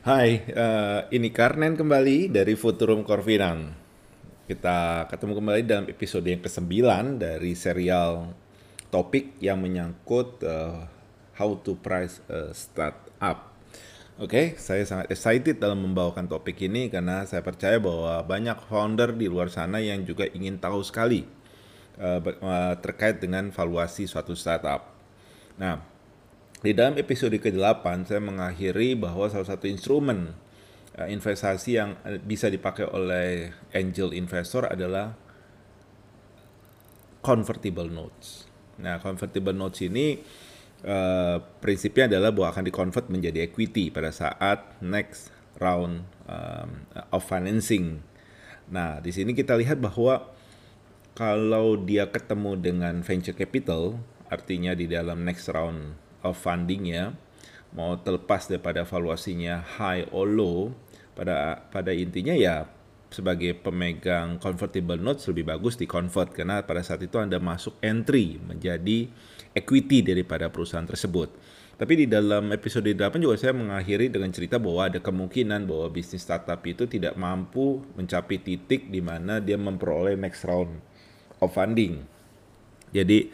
Hai, ini Karnen kembali dari Futurum Corvinam. Kita ketemu kembali dalam episode yang ke-9 dari serial topik yang menyangkut how to price a startup. Oke, saya sangat excited dalam membawakan topik ini karena saya percaya bahwa banyak founder di luar sana yang juga ingin tahu sekali terkait dengan valuasi suatu startup. Nah, di dalam episode ke-8 saya mengakhiri bahwa salah satu instrumen investasi yang bisa dipakai oleh angel investor adalah convertible notes. Nah, convertible notes ini prinsipnya adalah bahwa akan di-convert menjadi equity pada saat next round of financing. Nah, di sini kita lihat bahwa kalau dia ketemu dengan venture capital, artinya di dalam next round of fundingnya, mau terlepas daripada valuasinya high or low, pada intinya ya sebagai pemegang convertible notes lebih bagus di convert karena pada saat itu Anda masuk entry menjadi equity daripada perusahaan tersebut. Tapi di dalam episode 8 juga saya mengakhiri dengan cerita bahwa ada kemungkinan bahwa bisnis startup itu tidak mampu mencapai titik di mana dia memperoleh next round of funding. Jadi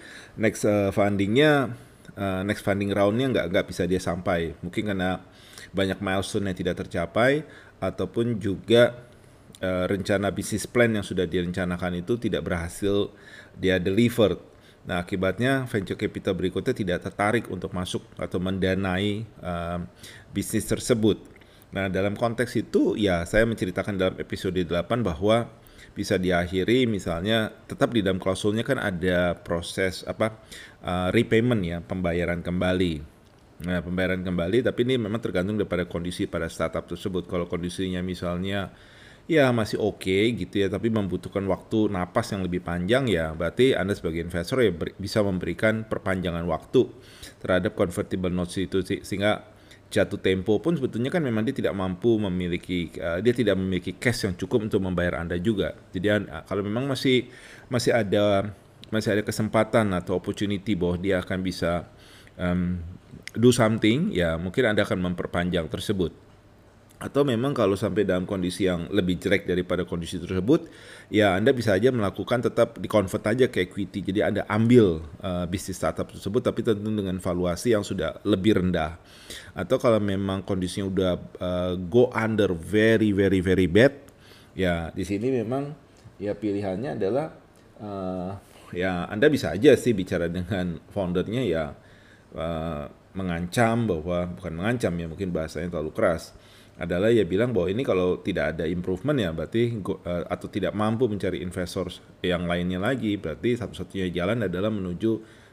next funding roundnya nggak bisa dia sampai. Mungkin karena banyak milestone yang tidak tercapai ataupun juga rencana bisnis plan yang sudah direncanakan itu tidak berhasil dia delivered. Nah, akibatnya venture capital berikutnya tidak tertarik untuk masuk atau mendanai bisnis tersebut. Nah, dalam konteks itu ya saya menceritakan dalam episode 8 bahwa bisa diakhiri misalnya tetap di dalam klausulnya kan ada proses repayment ya, pembayaran kembali. Nah, pembayaran kembali tapi ini memang tergantung daripada kondisi pada startup tersebut. Kalau kondisinya misalnya ya masih oke gitu ya, tapi membutuhkan waktu napas yang lebih panjang ya, berarti Anda sebagai investor ya bisa memberikan perpanjangan waktu terhadap convertible notes itu sehingga jatuh tempo pun sebetulnya kan memang dia tidak mampu memiliki dia tidak memiliki cash yang cukup untuk membayar Anda juga. Jadi kalau memang masih ada masih ada kesempatan atau opportunity bahwa dia akan bisa um, do something, ya mungkin Anda akan memperpanjang tersebut. Atau memang kalau sampai dalam kondisi yang lebih jelek daripada kondisi tersebut, ya Anda bisa aja melakukan tetap di-convert aja ke equity. Jadi Anda ambil bisnis startup tersebut tapi tentu dengan valuasi yang sudah lebih rendah. Atau kalau memang kondisinya udah go under very very very bad, ya di sini memang ya pilihannya adalah uh, ya Anda bisa aja sih bicara dengan foundernya ya, mengancam bahwa bukan mengancam ya mungkin bahasanya terlalu keras, adalah ya bilang bahwa ini kalau tidak ada improvement ya berarti atau tidak mampu mencari investor yang lainnya lagi, berarti satu-satunya jalan adalah menuju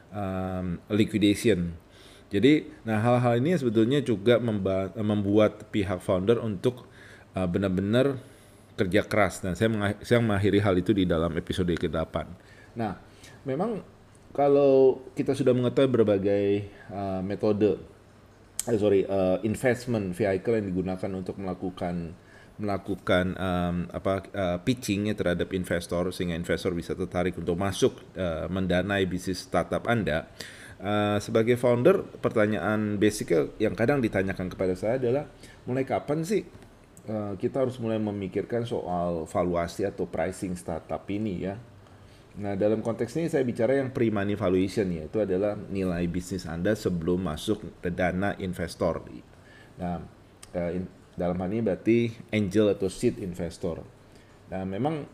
liquidation. Jadi nah hal-hal ini sebetulnya juga membuat pihak founder untuk benar-benar kerja keras, dan saya mengakhiri hal itu di dalam episode ke-8. Nah, memang kalau kita sudah mengetahui berbagai metode investment vehicle yang digunakan untuk melakukan pitchingnya terhadap investor sehingga investor bisa tertarik untuk masuk mendanai bisnis startup Anda. Sebagai founder, pertanyaan basicnya yang kadang ditanyakan kepada saya adalah mulai kapan sih kita harus mulai memikirkan soal valuasi atau pricing startup ini ya. Nah, dalam konteks ini saya bicara yang pre-money valuation, ya, itu adalah nilai bisnis Anda sebelum masuk ke dana investor. Nah, dalam hal ini berarti angel atau seed investor. Nah, memang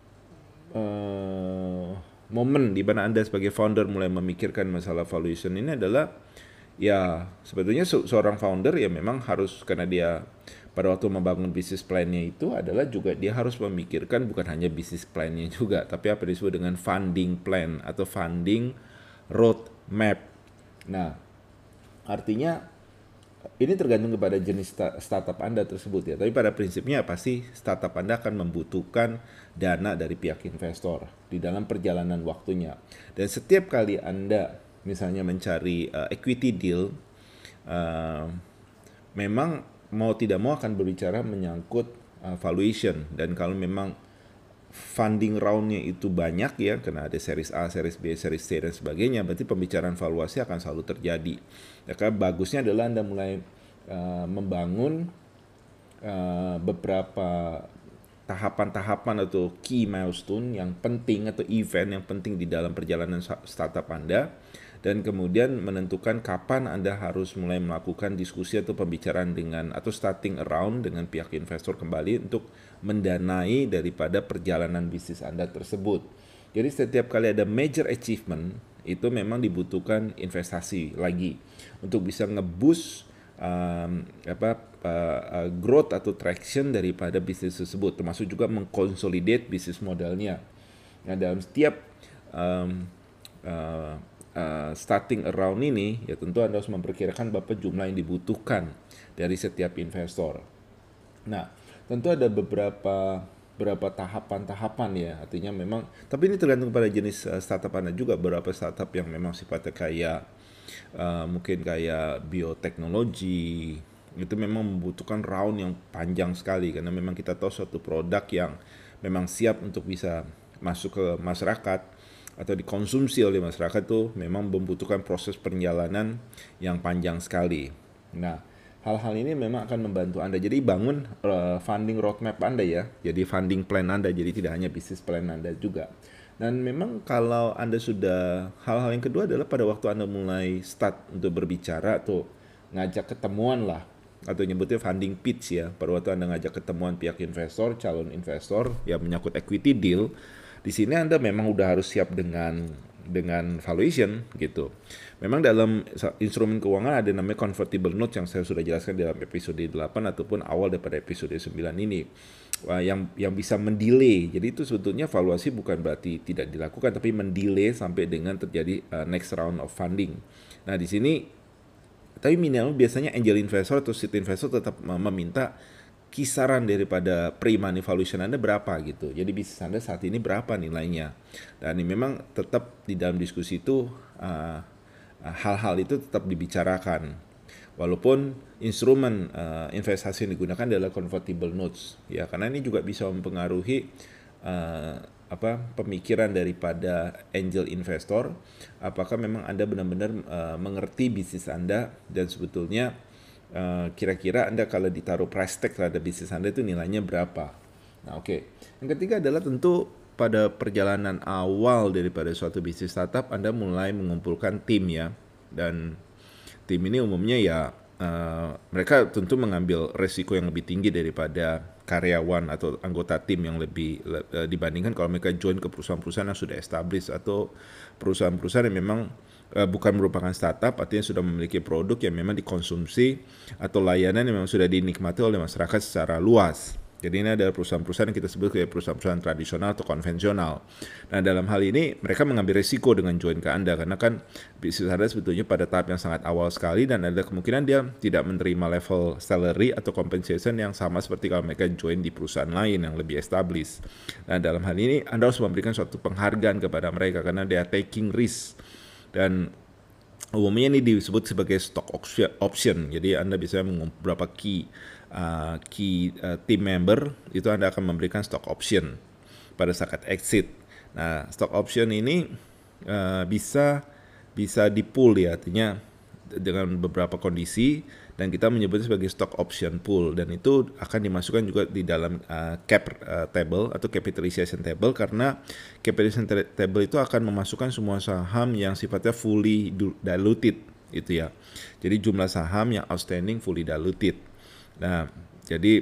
momen di mana Anda sebagai founder mulai memikirkan masalah valuation ini adalah ya sebetulnya seorang founder ya memang harus, karena dia pada waktu membangun bisnis plan-nya itu adalah juga dia harus memikirkan bukan hanya bisnis plan-nya juga, tapi apa disebut dengan funding plan atau funding road map. Nah, artinya ini tergantung kepada jenis startup Anda tersebut ya. Tapi pada prinsipnya pasti startup Anda akan membutuhkan dana dari pihak investor di dalam perjalanan waktunya. Dan setiap kali Anda misalnya mencari equity deal, uh, memang mau tidak mau akan berbicara menyangkut valuation. Dan kalau memang funding roundnya itu banyak ya, karena ada series A, series B, series C dan sebagainya, berarti pembicaraan valuasi akan selalu terjadi. Ya, kan bagusnya adalah Anda mulai membangun beberapa tahapan-tahapan atau key milestone yang penting atau event yang penting di dalam perjalanan startup Anda, dan kemudian menentukan kapan Anda harus mulai melakukan diskusi atau pembicaraan dengan atau starting around dengan pihak investor kembali untuk mendanai daripada perjalanan bisnis Anda tersebut. Jadi setiap kali ada major achievement itu memang dibutuhkan investasi lagi untuk bisa ngeboost growth atau traction daripada bisnis tersebut, termasuk juga mengkonsolidate bisnis modelnya. Nah, dalam setiap starting around ini, ya tentu Anda harus memperkirakan berapa jumlah yang dibutuhkan dari setiap investor. Nah, tentu ada beberapa tahapan-tahapan ya, artinya memang, tapi ini tergantung pada jenis startup Anda juga. Beberapa startup yang memang sifatnya kayak mungkin kayak bioteknologi, itu memang membutuhkan round yang panjang sekali, karena memang kita tahu suatu produk yang memang siap untuk bisa masuk ke masyarakat atau dikonsumsi oleh masyarakat itu memang membutuhkan proses perjalanan yang panjang sekali. Nah, hal-hal ini memang akan membantu Anda. Jadi bangun funding roadmap Anda ya. Jadi funding plan Anda, jadi tidak hanya bisnis plan Anda juga. Dan memang kalau Anda sudah, hal-hal yang kedua adalah pada waktu Anda mulai start untuk berbicara atau ngajak ketemuan lah, atau nyebutnya funding pitch ya. Pada waktu Anda ngajak ketemuan pihak investor, calon investor yang menyangkut equity deal, di sini Anda memang udah harus siap dengan valuation gitu. Memang dalam instrumen keuangan ada namanya convertible note yang saya sudah jelaskan dalam episode 8 ataupun awal daripada episode 9 ini. Yang bisa mendelay. Jadi itu sebetulnya valuasi bukan berarti tidak dilakukan, tapi mendelay sampai dengan terjadi next round of funding. Nah, di sini tapi minimal biasanya angel investor atau seed investor tetap meminta kisaran daripada pre-money valuation Anda berapa gitu. Jadi bisnis Anda saat ini berapa nilainya. Dan ini memang tetap di dalam diskusi itu hal-hal itu tetap dibicarakan. Walaupun instrumen investasi yang digunakan adalah convertible notes ya, karena ini juga bisa mempengaruhi pemikiran daripada angel investor, apakah memang Anda benar-benar mengerti bisnis Anda dan sebetulnya kira-kira Anda kalau ditaruh price tag terhadap bisnis Anda itu nilainya berapa. Nah, oke. Yang ketiga adalah tentu pada perjalanan awal daripada suatu bisnis startup Anda mulai mengumpulkan tim ya. Dan tim ini umumnya ya mereka tentu mengambil resiko yang lebih tinggi daripada karyawan atau anggota tim yang lebih dibandingkan kalau mereka join ke perusahaan-perusahaan yang sudah established atau perusahaan-perusahaan yang memang bukan merupakan startup, artinya sudah memiliki produk yang memang dikonsumsi atau layanan yang memang sudah dinikmati oleh masyarakat secara luas. Jadi ini adalah perusahaan-perusahaan yang kita sebut sebagai perusahaan-perusahaan tradisional atau konvensional. Nah, dalam hal ini mereka mengambil risiko dengan join ke Anda, karena kan bisnis Anda sebetulnya pada tahap yang sangat awal sekali dan ada kemungkinan dia tidak menerima level salary atau compensation yang sama seperti kalau mereka join di perusahaan lain yang lebih established. Nah, dalam hal ini Anda harus memberikan suatu penghargaan kepada mereka karena they are taking risk. Dan umumnya ini disebut sebagai stock option. Jadi Anda bisa mengumpulkan beberapa key team member, itu Anda akan memberikan stock option pada saat exit. Nah, stock option ini bisa di-pool ya, artinya dengan beberapa kondisi, dan kita menyebutnya sebagai stock option pool, dan itu akan dimasukkan juga di dalam cap table atau capitalization table, karena capitalization table itu akan memasukkan semua saham yang sifatnya fully diluted itu ya. Jadi jumlah saham yang outstanding fully diluted. Nah, jadi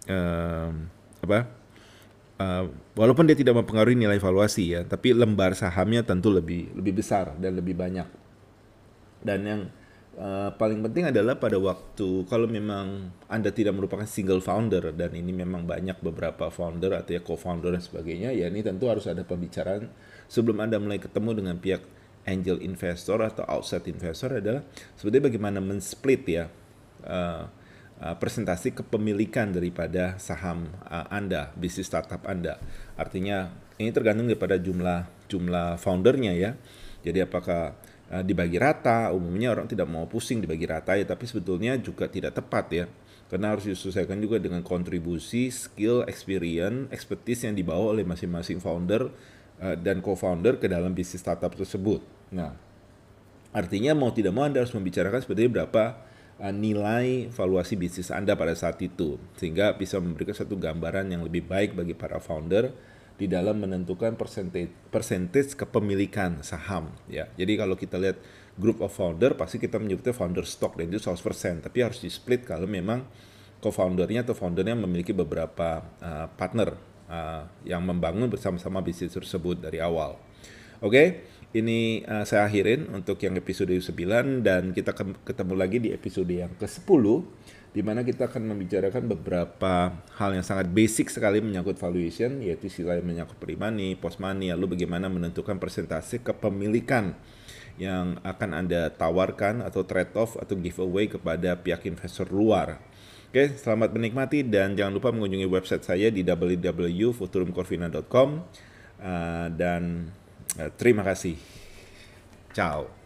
walaupun dia tidak mempengaruhi nilai valuasi ya, tapi lembar sahamnya tentu lebih besar dan lebih banyak. Dan yang paling penting adalah pada waktu kalau memang Anda tidak merupakan single founder dan ini memang banyak beberapa founder atau ya co-founder dan sebagainya, ya ini tentu harus ada pembicaraan sebelum Anda mulai ketemu dengan pihak angel investor atau outside investor, adalah sebetulnya bagaimana men-split ya presentasi kepemilikan daripada saham Anda, bisnis startup Anda. Artinya ini tergantung daripada jumlah foundernya ya. Jadi apakah dibagi rata, umumnya orang tidak mau pusing dibagi rata ya, tapi sebetulnya juga tidak tepat ya, karena harus disesuaikan juga dengan kontribusi, skill, experience, expertise yang dibawa oleh masing-masing founder dan co-founder ke dalam bisnis startup tersebut. Nah, artinya mau tidak mau Anda harus membicarakan sebetulnya berapa nilai valuasi bisnis Anda pada saat itu, sehingga bisa memberikan satu gambaran yang lebih baik bagi para founder di dalam menentukan percentage kepemilikan saham ya. Jadi kalau kita lihat group of founder, pasti kita menyebutnya founder stock dan itu 100%, tapi harus di split kalau memang co-foundernya atau foundernya memiliki beberapa partner yang membangun bersama-sama bisnis tersebut dari awal. Oke, ini saya akhirin untuk yang episode 9 dan kita ketemu lagi di episode yang ke-10 di mana kita akan membicarakan beberapa hal yang sangat basic sekali menyangkut valuation, yaitu istilah yang menyangkut pre-money, post-money, lalu bagaimana menentukan persentase kepemilikan yang akan Anda tawarkan atau trade-off atau giveaway kepada pihak investor luar. Oke, selamat menikmati dan jangan lupa mengunjungi website saya di www.futurumcorvina.com dan terima kasih. Ciao.